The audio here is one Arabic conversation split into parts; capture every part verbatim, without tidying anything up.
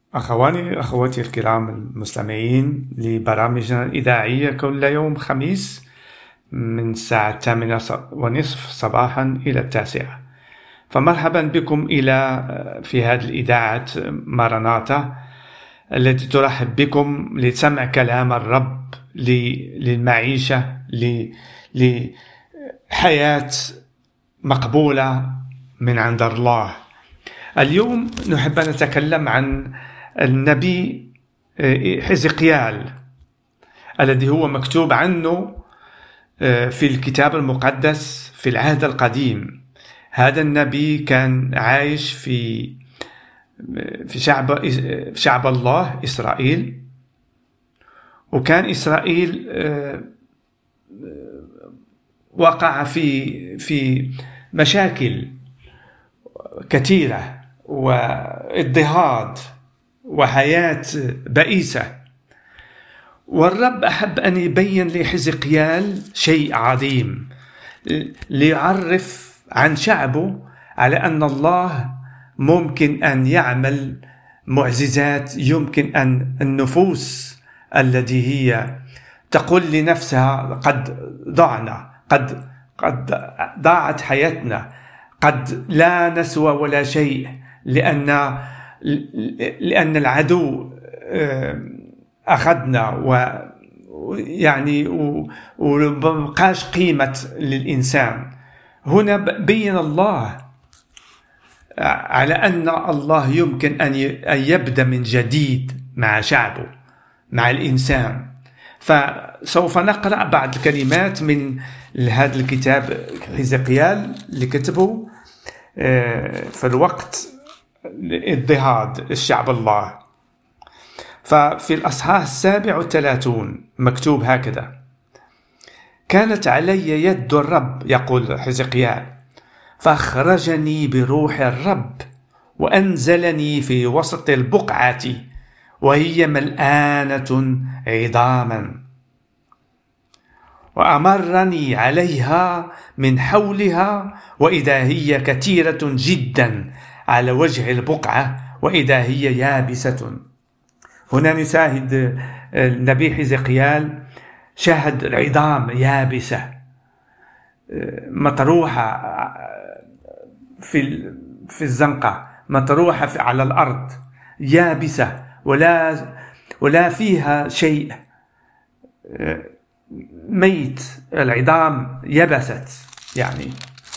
أخواني أخواتي الكرام المستمعين لبرامجنا الإذاعية كل يوم خميس من الساعة الثامنة ونصف صباحا إلى التاسعة، فمرحبا بكم إلى في هذه الإذاعة مارناتا التي ترحب بكم لسمع كلام الرب للمعيشة لحياة مقبولة من عند الله. اليوم نحب أن نتكلم عن النبي حزقيال الذي هو مكتوب عنه في الكتاب المقدس في العهد القديم. هذا النبي كان عايش في في شعب في شعب الله إسرائيل، وكان إسرائيل وقع في في مشاكل كثيرة واضطهاد وحياة بئيسة، والرب أحب أن يبين لحزقيال شيء عظيم ليعرف عن شعبه على أن الله ممكن أن يعمل معجزات. يمكن أن النفوس التي هي تقول لنفسها قد ضعنا، قد قد ضاعت حياتنا، قد لا نسوى ولا شيء، لأن لأن العدو أخذنا ويعني ومبقاش قيمة للإنسان. هنا بين الله على أن الله يمكن أن يبدأ من جديد مع شعبه، مع الإنسان. فسوف نقرأ بعض الكلمات من هذا الكتاب حزقيال اللي كتبه في الوقت اضطهاد الشعب الله. ففي الأصحاح السابع والثلاثون مكتوب هكذا: كانت علي يد الرب، يقول حزقيال، فأخرجني بروح الرب وأنزلني في وسط البقعة وهي ملآنة عظاما، وأمرني عليها من حولها وإذا هي كثيرة جدا على وجه البقعة وإذا هي يابسة. هنا نشاهد النبي حزقيال شاهد العظام يابسة مطروحة في في الزنقة، مطروحة على الأرض، يابسة ولا ولا فيها شيء، ميت، العظام يبست يعني.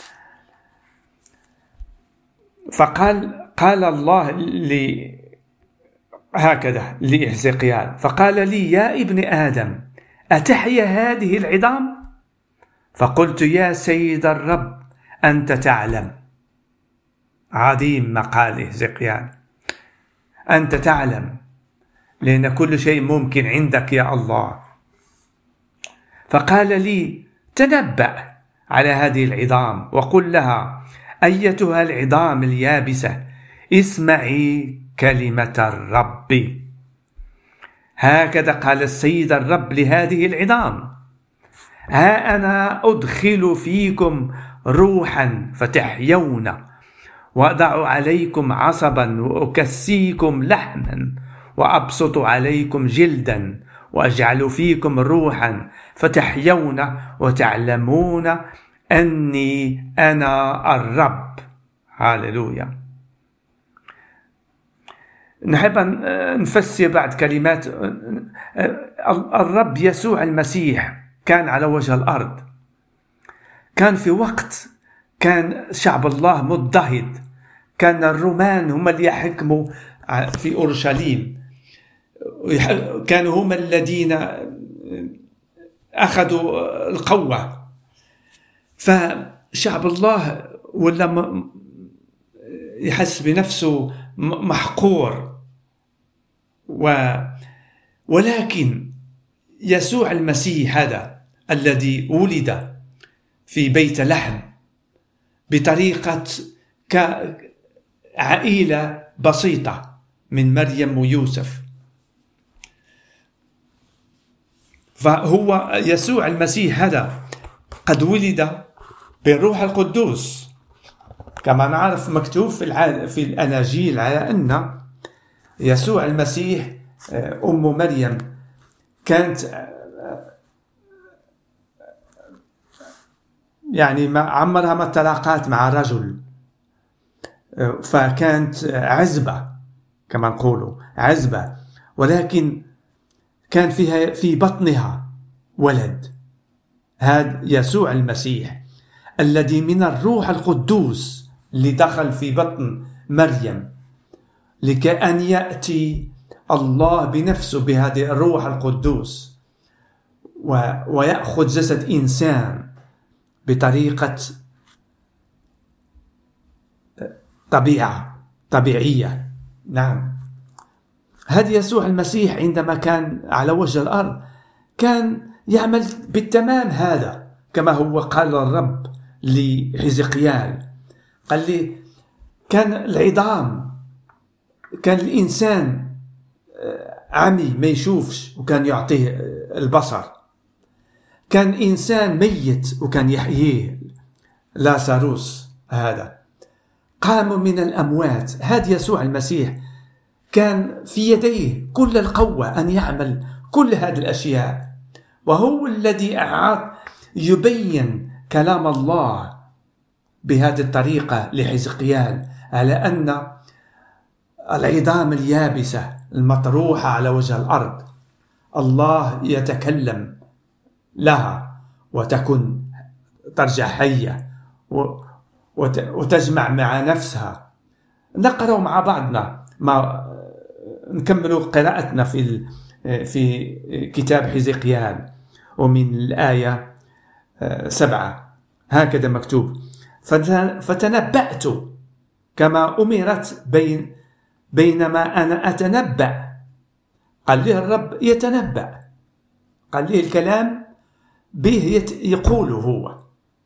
فقال قال الله لي هكذا لحزقيال، فقال لي: يا ابن آدم، أتحيا هذه العظام؟ فقلت: يا سيد الرب أنت تعلم. عظيم ما قال حزقيال، أنت تعلم، لأن كل شيء ممكن عندك يا الله. فقال لي: تنبأ على هذه العظام وقل لها: أيتها العظام اليابسة، اسمعي كلمة الرب. هكذا قال السيد الرب لهذه العظام: ها أنا أدخل فيكم روحا فتحيون، وأضع عليكم عصبا وأكسيكم لحما، وأبسط عليكم جلدا، وأجعل فيكم روحا فتحيون وتعلمون أني أنا الرب. هاليلويا. نحب أن نفسر بعض كلمات. الرب يسوع المسيح كان على وجه الأرض، كان في وقت كان شعب الله مضطهد، كان الرومان هم اللي يحكموا في أورشليم، كانوا هم الذين أخذوا القوة. فشعب الله ولا يحس بنفسه محقور، و ولكن يسوع المسيح هذا الذي ولد في بيت لحم بطريقة كعائلة بسيطة من مريم ويوسف، فهو يسوع المسيح هذا قد ولد بالروح القدوس، كما نعرف مكتوب في في الأناجيل على أن يسوع المسيح أم مريم كانت يعني ما عمرها ما تلاقات مع رجل، فكانت عزبة كما نقولوا عزبة، ولكن كان فيها في بطنها ولد، هذا يسوع المسيح الذي من الروح القدوس اللي دخل في بطن مريم، لكأن يأتي الله بنفسه بهذه الروح القدوس ويأخذ جسد إنسان بطريقة طبيعة طبيعية. نعم، هذا يسوع المسيح عندما كان على وجه الأرض كان يعمل بالتمام هذا، كما هو قال الرب لحزقيال، قال لي كان العظام، كان الإنسان عمي ما يشوفش وكان يعطيه البصر، كان إنسان ميت وكان يحييه لاساروس، هذا قام من الأموات. هذا يسوع المسيح كان في يديه كل القوة أن يعمل كل هذه الأشياء، وهو الذي أعاد يبين كلام الله بهذه الطريقة لحزقيال على أن العظام اليابسة المطروحة على وجه الأرض الله يتكلم لها وتكون ترجع حية وتجمع مع نفسها. نقرأ مع بعضنا، ما نكمل قراءتنا في في كتاب حزقيال ومن الآية سبعة، هكذا مكتوب: فتنبأت كما أمرت بين بينما أنا أتنبأ. قال لي الرب يتنبأ، قال لي الكلام به يقوله هو.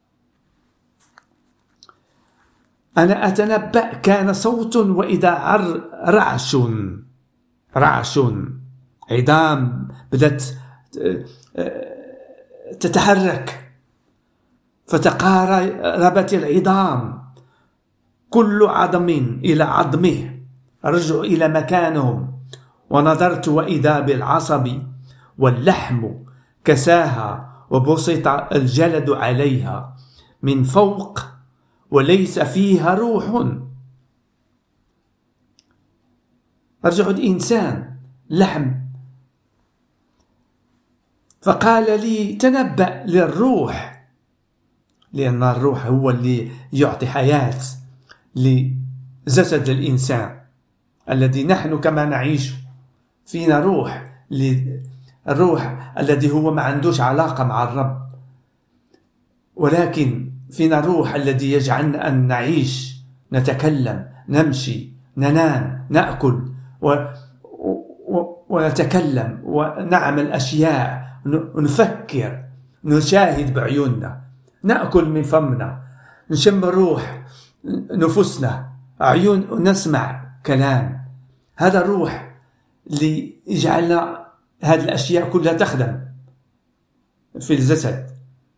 أنا أتنبأ كان صوت وإذا رعش رعش، عظام بدأت تتحرك، فتقاربت العظام كل عظم إلى عظمه، رجعوا إلى مكانهم، ونظرت وإذا بالعصب واللحم كساها وبسط الجلد عليها من فوق وليس فيها روح. رجع الإنسان لحم، فقال لي تنبأ للروح، لأن الروح هو اللي يعطي حياة لجسد الإنسان الذي نحن كما نعيش، فينا روح، الروح الذي هو ما عندوش علاقة مع الرب، ولكن فينا روح الذي يجعلنا أن نعيش، نتكلم، نمشي، ننام، نأكل و... و... ونتكلم ونعمل أشياء، نفكر، نشاهد بعيوننا، نأكل من فمنا، نشم الروح نفسنا، عيون نسمع كلام. هذا الروح اللي يجعلنا هذه الأشياء كلها تخدم في الجسد.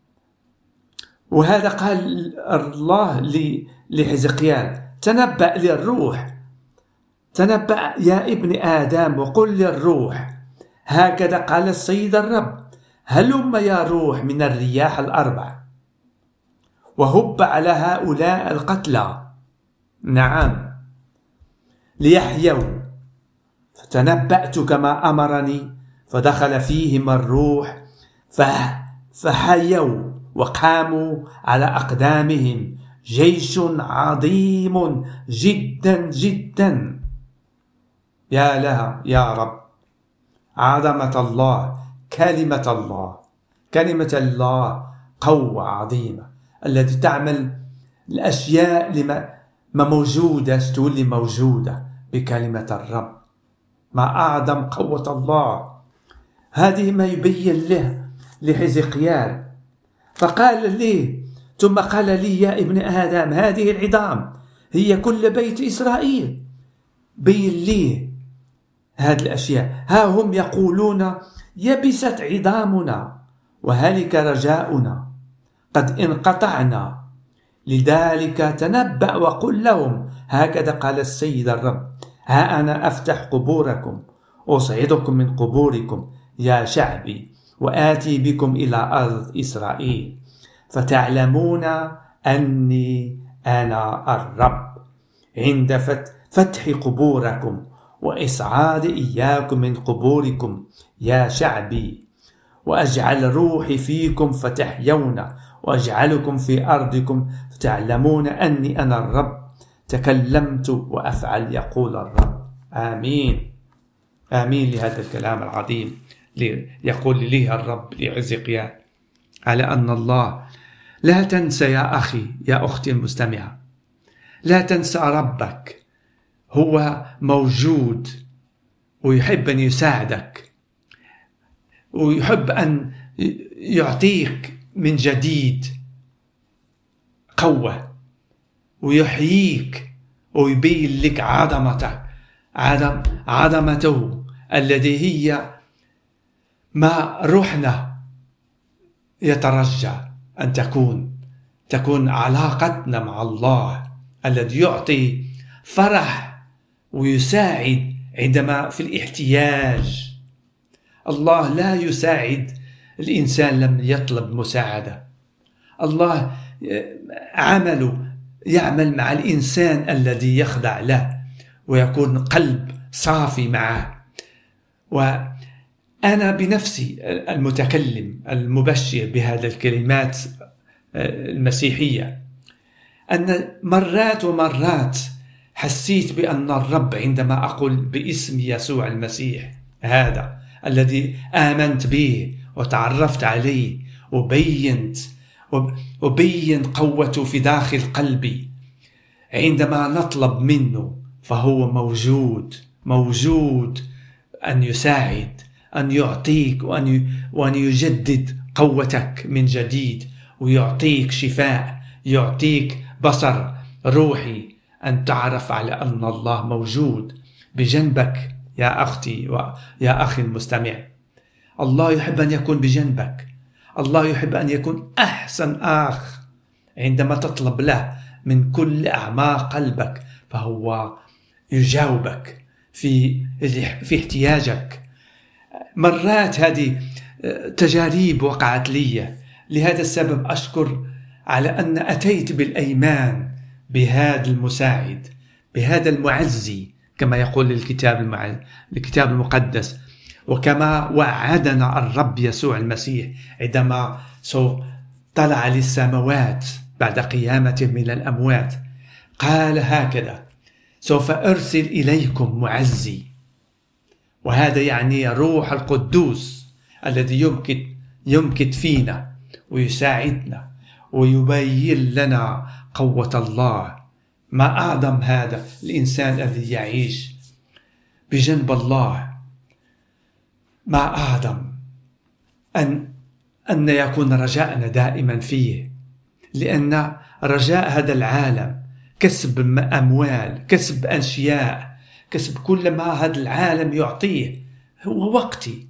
وهذا قال الله لحزقيال تنبأ للروح، تنبأ يا ابن آدم وقل للروح هكذا قال السيد الرب هلم يا روح من الرياح الأربع وهب على هؤلاء القتلى، نعم، ليحيوا. فتنبأت كما أمرني فدخل فيهم الروح فحيوا وقاموا على أقدامهم جيش عظيم جدا جدا. يا لها يا رب عظمة الله، كلمة الله، كلمة الله قوة عظيمة التي تعمل الأشياء لما ما موجودة تولي موجودة بكلمة الرب. ما أعظم قوة الله. هذه ما يبين له لحزقيال. فقال لي ثم قال لي يا ابن آدم هذه العظام هي كل بيت إسرائيل. بين لي هذه الأشياء. ها هم يقولون يبست عظامنا وهلك رجاؤنا قد انقطعنا، لذلك تنبأ وقل لهم هكذا قال السيد الرب ها أنا أفتح قبوركم، أصعدكم من قبوركم يا شعبي، وآتي بكم إلى أرض إسرائيل، فتعلمون أني أنا الرب، عند فتح قبوركم وإصعاد إياكم من قبوركم يا شعبي، وأجعل روحي فيكم فتحيون، وأجعلكم في أرضكم فتعلمون أني أنا الرب، تكلمت وأفعل يقول الرب. آمين. آمين لهذا الكلام العظيم يقول لي الرب لحزقيال على أن الله. لا تنسى يا أخي يا أختي المستمعة، لا تنسى ربك، هو موجود ويحب أن يساعدك، ويحب أن يعطيك من جديد قوة، ويحييك ويبين لك عظمته عظم عظمته الذي هي ما روحنا يترجى أن تكون تكون علاقتنا مع الله الذي يعطي فرح ويساعد عندما في الاحتياج. الله لا يساعد الإنسان لم يطلب مساعدة. الله عمله يعمل مع الإنسان الذي يخضع له ويكون قلب صافي معه. وأنا بنفسي المتكلم المبشر بهذه الكلمات المسيحية، أن مرات ومرات حسيت بأن الرب عندما أقول باسم يسوع المسيح هذا الذي آمنت به وتعرفت عليه وبينت وبين قوته في داخل قلبي، عندما نطلب منه فهو موجود موجود أن يساعد، أن يعطيك وأن وأن يجدد قوتك من جديد، ويعطيك شفاء، يعطيك بصر روحي، أن تعرف على أن الله موجود بجنبك يا أختي ويا أخي المستمع. الله يحب أن يكون بجنبك، الله يحب أن يكون أحسن أخ عندما تطلب له من كل أعماق قلبك، فهو يجاوبك في في احتياجك. مرات هذه تجارب وقعت لي، لهذا السبب أشكر على أن أتيت بالأيمان بهذا المساعد، بهذا المعزي كما يقول الكتاب الكتاب المقدس، وكما وعدنا الرب يسوع المسيح عندما طلع للسماوات بعد قيامته من الأموات، قال هكذا: سوف أرسل إليكم معزي. وهذا يعني روح القدوس الذي يمكن يمكن فينا ويساعدنا ويبين لنا قوة الله. ما أعظم هذا الإنسان الذي يعيش بجنب الله، ما أعظم أن أن يكون رجاءنا دائما فيه، لأن رجاء هذا العالم كسب أموال، كسب أشياء، كسب كل ما هذا العالم يعطيه هو وقتي.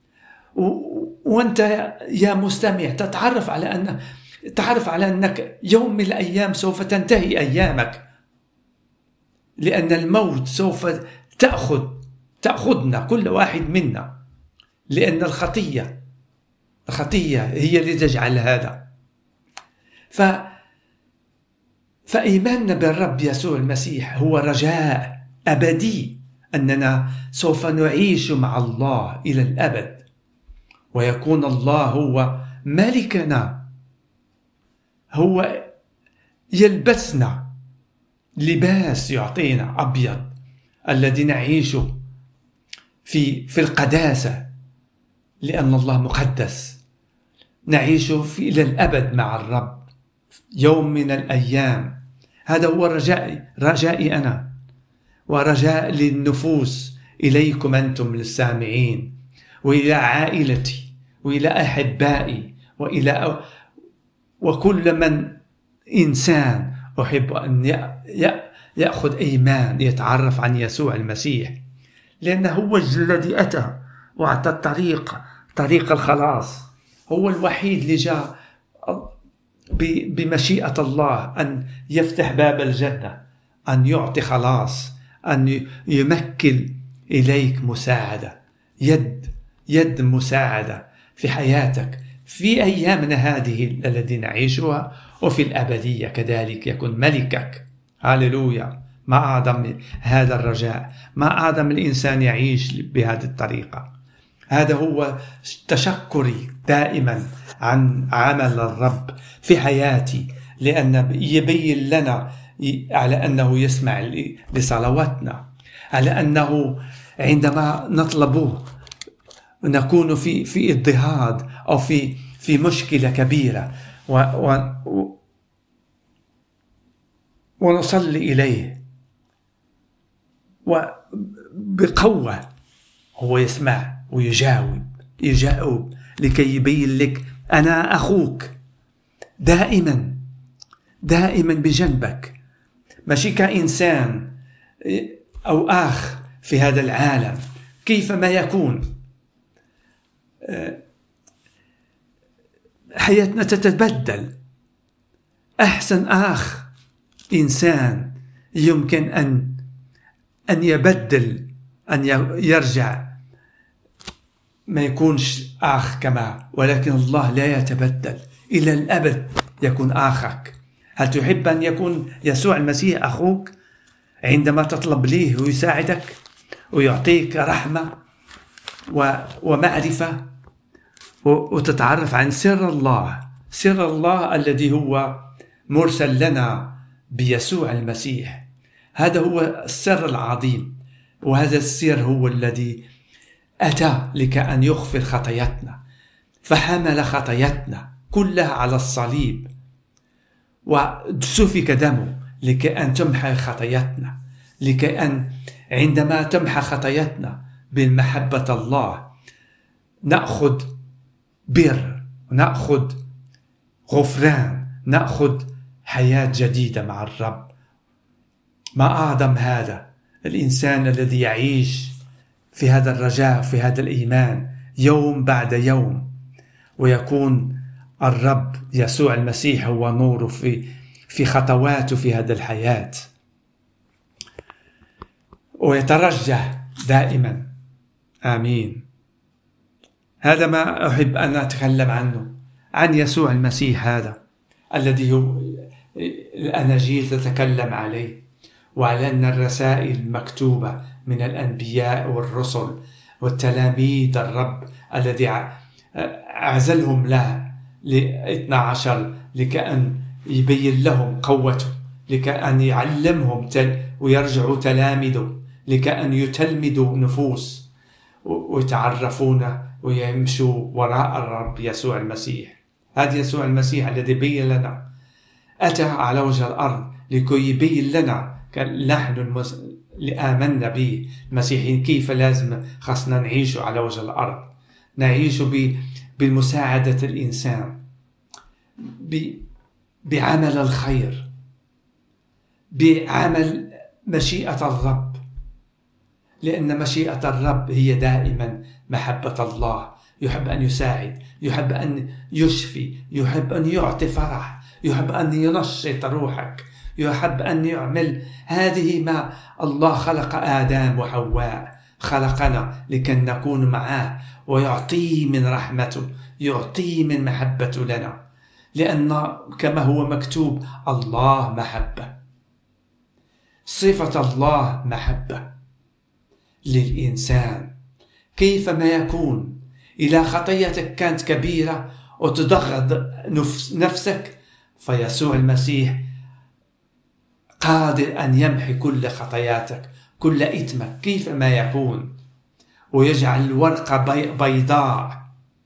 وأنت يا مستمع تتعرف على أن تعرف على أنك يوم من الأيام سوف تنتهي أيامك، لأن الموت سوف تأخذ تأخذنا كل واحد منا، لأن الخطية الخطية هي اللي تجعل هذا. ف فإيماننا بالرب يسوع المسيح هو رجاء أبدي أننا سوف نعيش مع الله إلى الأبد، ويكون الله هو ملكنا، هو يلبسنا لباس يعطينا أبيض الذي نعيش في في القداسة، لأن الله مقدس. نعيش في إلى الأبد مع الرب يوم من الأيام. هذا هو رجائي رجائي أنا ورجاء للنفوس إليكم أنتم للسامعين، وإلى عائلتي وإلى أحبائي وإلى وكل من إنسان أحب أن يأخذ إيمان يتعرف عن يسوع المسيح، لأنه هو الذي أتى وأعطى الطريق طريق الخلاص. هو الوحيد اللي جاء بمشيئة الله أن يفتح باب الجنة، أن يعطي خلاص، أن يمكن إليك مساعدة، يد يد مساعدة في حياتك في أيامنا هذه التي نعيشها، وفي الأبدية كذلك يكون ملكك. هاليلويا. ما أعظم هذا الرجاء، ما أعظم الإنسان يعيش بهذه الطريقة. هذا هو تشكري دائما عن عمل الرب في حياتي، لأن يبين لنا على أنه يسمع لصلواتنا، على أنه عندما نطلبه نكون في في اضطهاد أو في في مشكلة كبيرة و و ونصلي إليه وبقوة، هو يسمع ويجاوب يجاوب لكي يبين لك أنا أخوك دائما دائما بجنبك، ماشي كإنسان أو آخ في هذا العالم كيفما يكون. حياتنا تتبدل. أحسن آخ إنسان يمكن أن أن يبدل، أن يرجع، ما يكونش آخ كما، ولكن الله لا يتبدل إلى الأبد، يكون آخك. هل تحب أن يكون يسوع المسيح أخوك عندما تطلب ليه ويساعدك ويعطيك رحمة ومعرفة وتتعرف عن سر الله، سر الله الذي هو مرسل لنا بيسوع المسيح؟ هذا هو السر العظيم، وهذا السر هو الذي أتى لك أن يغفر خطاياتنا، فحمل خطاياتنا كلها على الصليب وسفك دمه لكي أن تمحى خطاياتنا، لكي أن عندما تمحى خطاياتنا بالمحبة الله نأخذ بر، نأخذ غفران، نأخذ حياة جديدة مع الرب. ما أعظم هذا الإنسان الذي يعيش في هذا الرجاء، في هذا الإيمان يوم بعد يوم، ويكون الرب يسوع المسيح هو نوره في في خطواته في هذا الحياة، ويترجى دائما. آمين. هذا ما أحب أن أتكلم عنه، عن يسوع المسيح هذا الذي هو الأناجيل تتكلم عليه، وعلى أن الرسائل المكتوبة من الأنبياء والرسل والتلاميذ الرب الذي أعزلهم له لاثنى عشر لكأن يبين لهم قوته، لكأن يعلمهم ويرجعوا تلامذه، لكأن يتلمذوا نفوس ويتعرفون ويمشوا وراء الرب يسوع المسيح. هذا يسوع المسيح الذي بين لنا، أتى على وجه الأرض لكي يبين لنا نحن المس... اللي آمنا به المسيحيين كيف لازم خاصنا نعيش على وجه الأرض، نعيش ب... بمساعدة الإنسان، ب... بعمل الخير، بعمل مشيئة الرب، لأن مشيئة الرب هي دائما محبة الله. يحب أن يساعد، يحب أن يشفي، يحب أن يعطي فرح، يحب أن ينشط روحك، يحب أن يعمل. هذه ما الله خلق آدم وحواء، خلقنا لكي نكون معه ويعطي من رحمته، يعطي من محبته لنا، لأن كما هو مكتوب الله محبة. صفة الله محبة للإنسان كيفما يكون. إذا خطيتك كانت كبيرة وتضغط نفسك، فيسوع المسيح قادر أن يمحي كل خطاياتك، كل إثمك كيفما يكون، ويجعل الورقة بيضاء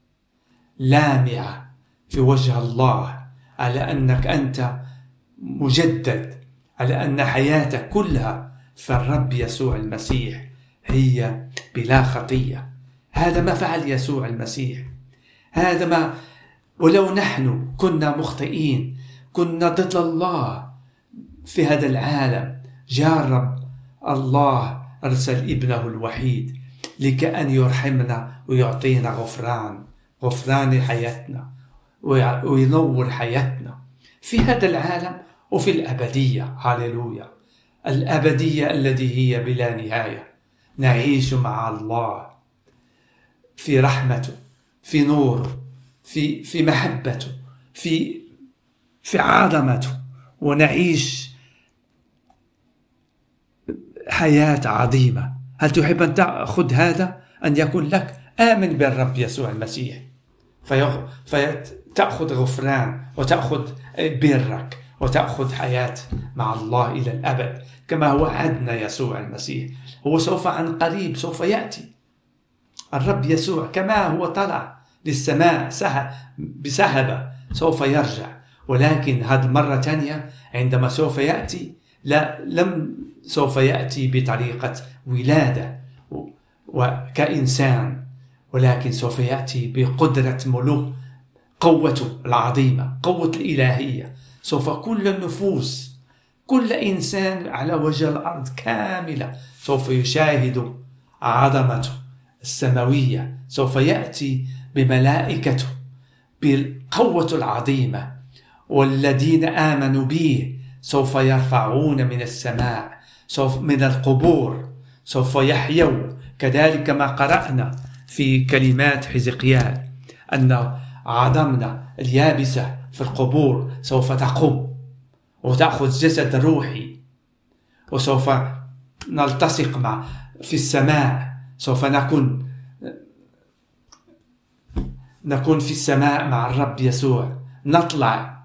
لامعة في وجه الله، على أنك أنت مجدد، على أن حياتك كلها في الرب يسوع المسيح هي بلا خطية. هذا ما فعل يسوع المسيح، هذا ما ولو نحن كنا مخطئين، كنا ضد الله في هذا العالم، جرب الله أرسل ابنه الوحيد لكي أن يرحمنا ويعطينا غفران، غفران حياتنا، وينور حياتنا في هذا العالم وفي الأبدية. هاليلويا. الأبدية التي هي بلا نهاية. نعيش مع الله في رحمته، في نوره، في في محبته، في في عظمته، ونعيش حياة عظيمة. هل تحب أن تأخذ هذا؟ أن يكون لك آمن بالرب يسوع المسيح فتأخذ غفران وتأخذ برك وتأخذ حياة مع الله إلى الأبد كما هو وعدنا يسوع المسيح. هو سوف عن قريب سوف يأتي الرب يسوع كما هو طلع للسماء بسحبة سوف يرجع، ولكن هذه مرة تانية عندما سوف يأتي لا لم سوف يأتي بطريقة ولادة وكإنسان، ولكن سوف يأتي بقدرة ملوك، قوته العظيمة، قوة الإلهية. سوف كل النفوس، كل إنسان على وجه الأرض كاملة سوف يشاهد عظمته السماوية. سوف يأتي بملائكته بالقوة العظيمة، والذين آمنوا به سوف يرفعون من السماء، سوف من القبور سوف يحيوا، كذلك ما قرأنا في كلمات حزقيال أن عظمنا اليابسة في القبور سوف تقوم وتأخذ جسد روحي، وسوف نلتصق مع في السماء. سوف نكون نكون في السماء مع الرب يسوع، نطلع.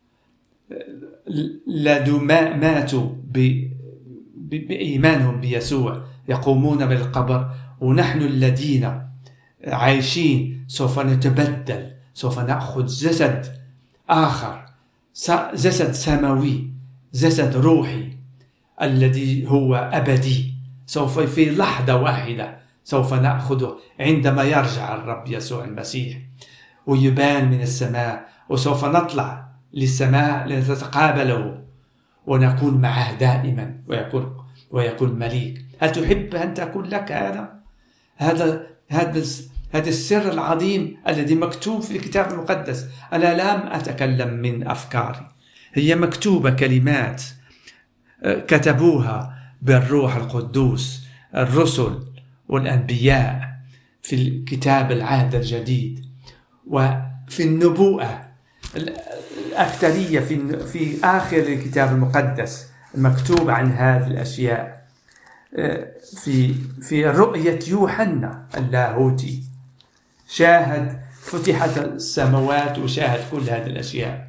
الذين ماتوا بإيمانهم بيسوع يقومون بالقبر، ونحن الذين عايشين سوف نتبدل، سوف نأخذ جسد آخر، جسد سماوي، جسد روحي الذي هو أبدي. سوف في لحظة واحدة سوف نأخذه عندما يرجع الرب يسوع المسيح ويبان من السماء، وسوف نطلع للسماء لنتقابله ونكون معه دائما ويكون ويكون مليك. هل تحب أن تكون لك هذا هذا هذا هذا السر العظيم الذي مكتوب في الكتاب المقدس؟ أنا لم أتكلم من أفكاري، هي مكتوبة كلمات كتبوها بالروح القدوس الرسل والأنبياء في الكتاب العهد الجديد وفي النبوءة الأكثرية في في آخر الكتاب المقدس مكتوب عن هذه الأشياء. في في رؤية يوحنا اللاهوتي شاهد فتحت السماوات وشاهد كل هذه الأشياء.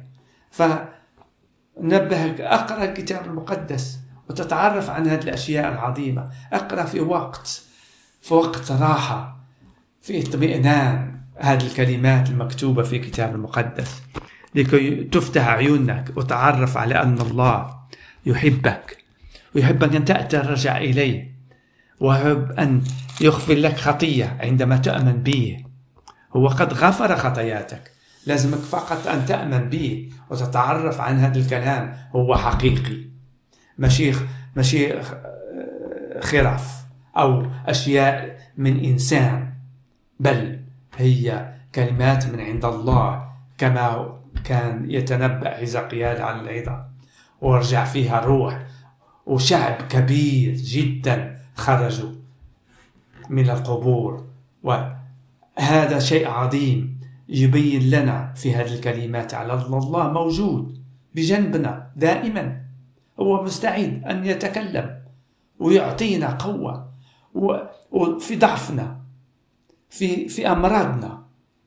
فنبهك أقرأ الكتاب المقدس وتتعرف عن هذه الأشياء العظيمة. أقرأ في وقت في وقت راحة، في اطمئنان هذه الكلمات المكتوبة في الكتاب المقدس لكي تفتح عيونك وتعرف على أن الله يحبك ويحبك أن ترجع إليه، ويحب أن يغفر لك خطية عندما تؤمن به. هو قد غفر خطاياتك، لازمك فقط أن تؤمن به وتتعرف عن هذا الكلام. هو حقيقي، ماشي ماشي خرف أو أشياء من إنسان، بل هي كلمات من عند الله كما كان يتنبأ حزقيال عن العظام ورجع فيها روح، وشعب كبير جدا خرجوا من القبور. وهذا شيء عظيم يبين لنا في هذه الكلمات على أن الله موجود بجنبنا دائما، هو مستعد أن يتكلم ويعطينا قوة وفي ضعفنا، في في أمراضنا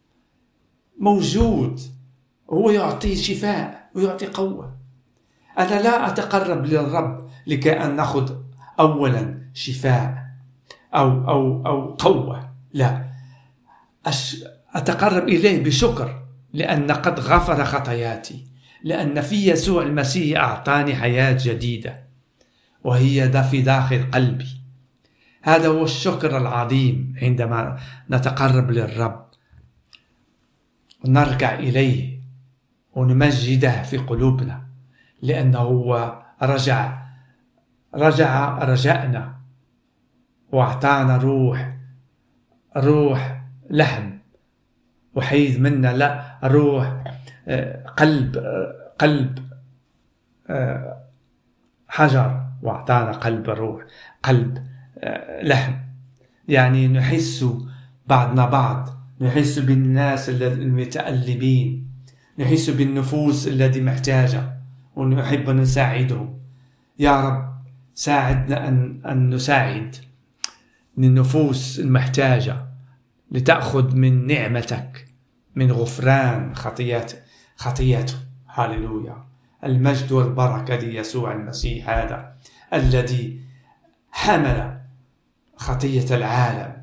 موجود، هو يعطي شفاء ويعطي قوة. أنا لا أتقرب للرب لكي أن نأخذ أولا شفاء أو أو أو قوة، لا، أتقرب إليه بشكر لأن قد غفر خطاياتي، لأن في يسوع المسيح أعطاني حياة جديدة وهي دا في داخل قلبي. هذا هو الشكر العظيم عندما نتقرب للرب ونرجع إليه ونمجده في قلوبنا، لأنه هو رجع رجع رجعنا وأعطانا روح روح لحم وحيد منا، لا، روح قلب قلب حجر وأعطانا قلب روح، قلب لحم، يعني نحس بعضنا بعض، نحس بالناس المتألمين، نحس بالنفوس التي محتاجة ونحب أن نساعدهم. يا رب ساعدنا أن, أن نساعد النفوس المحتاجة لتأخذ من نعمتك، من غفران خطيات خطياته. هاليلويا. المجد والبركة ليسوع المسيح هذا الذي حمل خطية العالم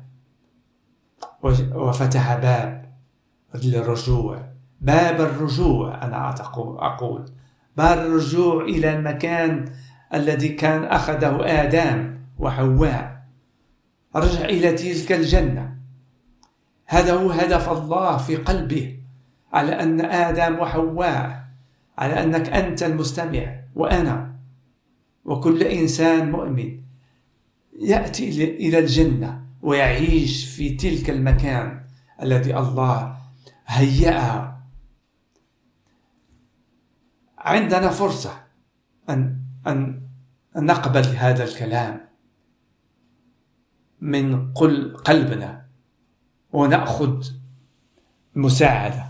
وفتح باب للرجوع، باب الرجوع. أنا أقول باب الرجوع إلى المكان الذي كان أخذه آدم وحواء، رجع إلى تلك الجنة. هذا هو هدف الله في قلبه، على أن آدم وحواء، على أنك أنت المستمع وأنا وكل إنسان مؤمن يأتي إلى الجنة ويعيش في تلك المكان الذي الله هيأها. عندنا فرصة أن أن نقبل هذا الكلام من قلبنا ونأخذ مساعدة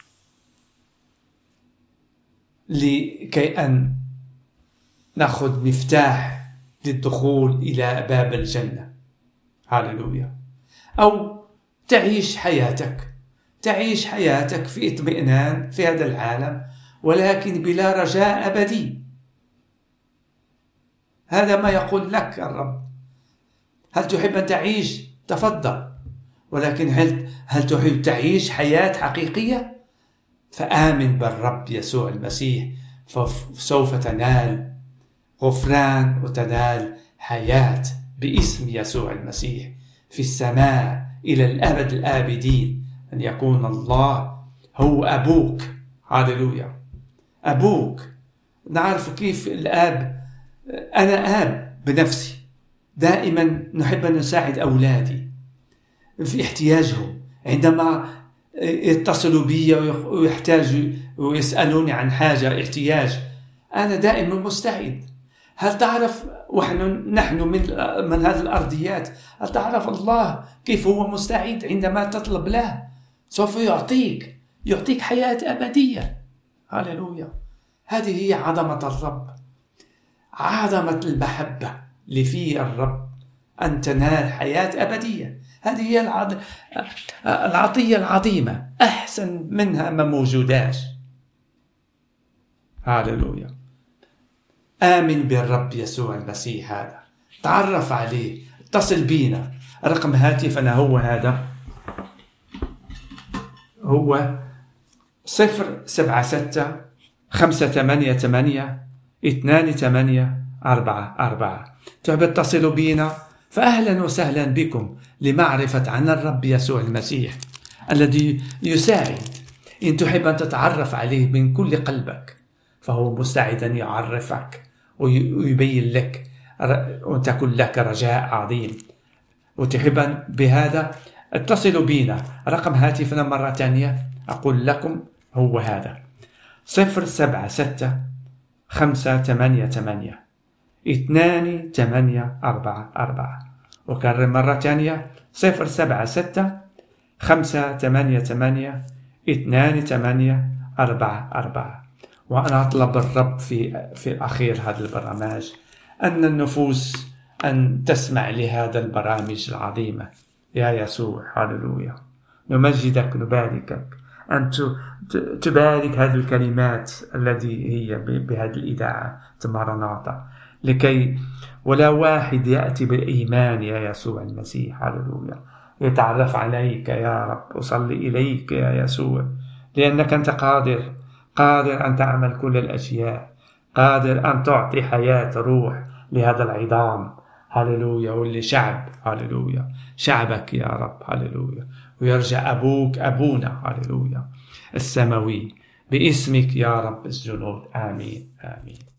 لكي أن نأخذ مفتاح للدخول إلى باب الجنة. هاليلويا. أو تعيش حياتك تعيش حياتك في اطمئنان في هذا العالم، ولكن بلا رجاء أبدي. هذا ما يقول لك الرب. هل تحب أن تعيش؟ تفضل، ولكن هل هل تحب تعيش حياة حقيقية؟ فآمن بالرب يسوع المسيح، فسوف تنال غفران وتنال حياة باسم يسوع المسيح في السماء إلى الأبد الآبدين. أن يكون الله هو أبوك. هاليلويا. أبوك. نعرف كيف الآب. أنا آب بنفسي، دائما نحب أن نساعد أولادي في احتياجهم. عندما يتصلوا بي ويحتاجوا ويسألوني عن حاجة احتياج، أنا دائما مستعد. هل تعرف ونحن نحن من من هذه الأرضيات، هل تعرف الله كيف هو مستعد عندما تطلب له؟ سوف يعطيك يعطيك حياة أبدية. هاليلويا. هذه هي عظمة الرب، عظمة المحبة اللي في الرب، أن تنال حياة أبدية. هذه هي العطية العظيمة، أحسن منها ما موجوداش. هاليلويا. آمن بالرب يسوع المسيح هذا، تعرف عليه، اتصل بينا. رقم هاتفنا هو هذا، هو صفر سبعة ستة خمسة ثمانية ثمانية اثنان ثمانية أربعة أربعة. تحب تتصلوا بينا؟ فأهلا وسهلا بكم لمعرفة عن الرب يسوع المسيح الذي يساعد. إن تحب أن تتعرف عليه من كل قلبك، فهو مستعد أن يعرفك ويبين لك وتكون لك رجاء عظيم. وتحب بهذا اتصلوا بنا. رقم هاتفنا مرة ثانية أقول لكم هو هذا، صفر سبعة ستة خمسة ثمانية ثمانية اثنان ثمانية أربعة أربعة. وكرر مرة ثانية، صفر سبعة ستة خمسة ثمانية ثمانية اثنان ثمانية أربعة أربعة. وأنا أطلب الرب في في أخير هذا البرنامج أن النفوس أن تسمع لهذا البرامج العظيمة. يا يسوع هاليلويا، نمجدك نباركك أن تبارك هذه الكلمات التي هي بهذه الإذاعة مرناطة، لكي ولا واحد يأتي بالإيمان يا يسوع المسيح. هاليلويا. يتعرف عليك يا رب، أصلي إليك يا يسوع، لأنك أنت قادر قادر أن تعمل كل الأشياء، قادر أن تعطي حياة روح لهذا العظام. هاليلويا. واللي شعب هاليلويا شعبك يا رب. هاليلويا. ويرجع أبوك أبونا هاليلويا السماوي باسمك يا رب الجنود. آمين آمين.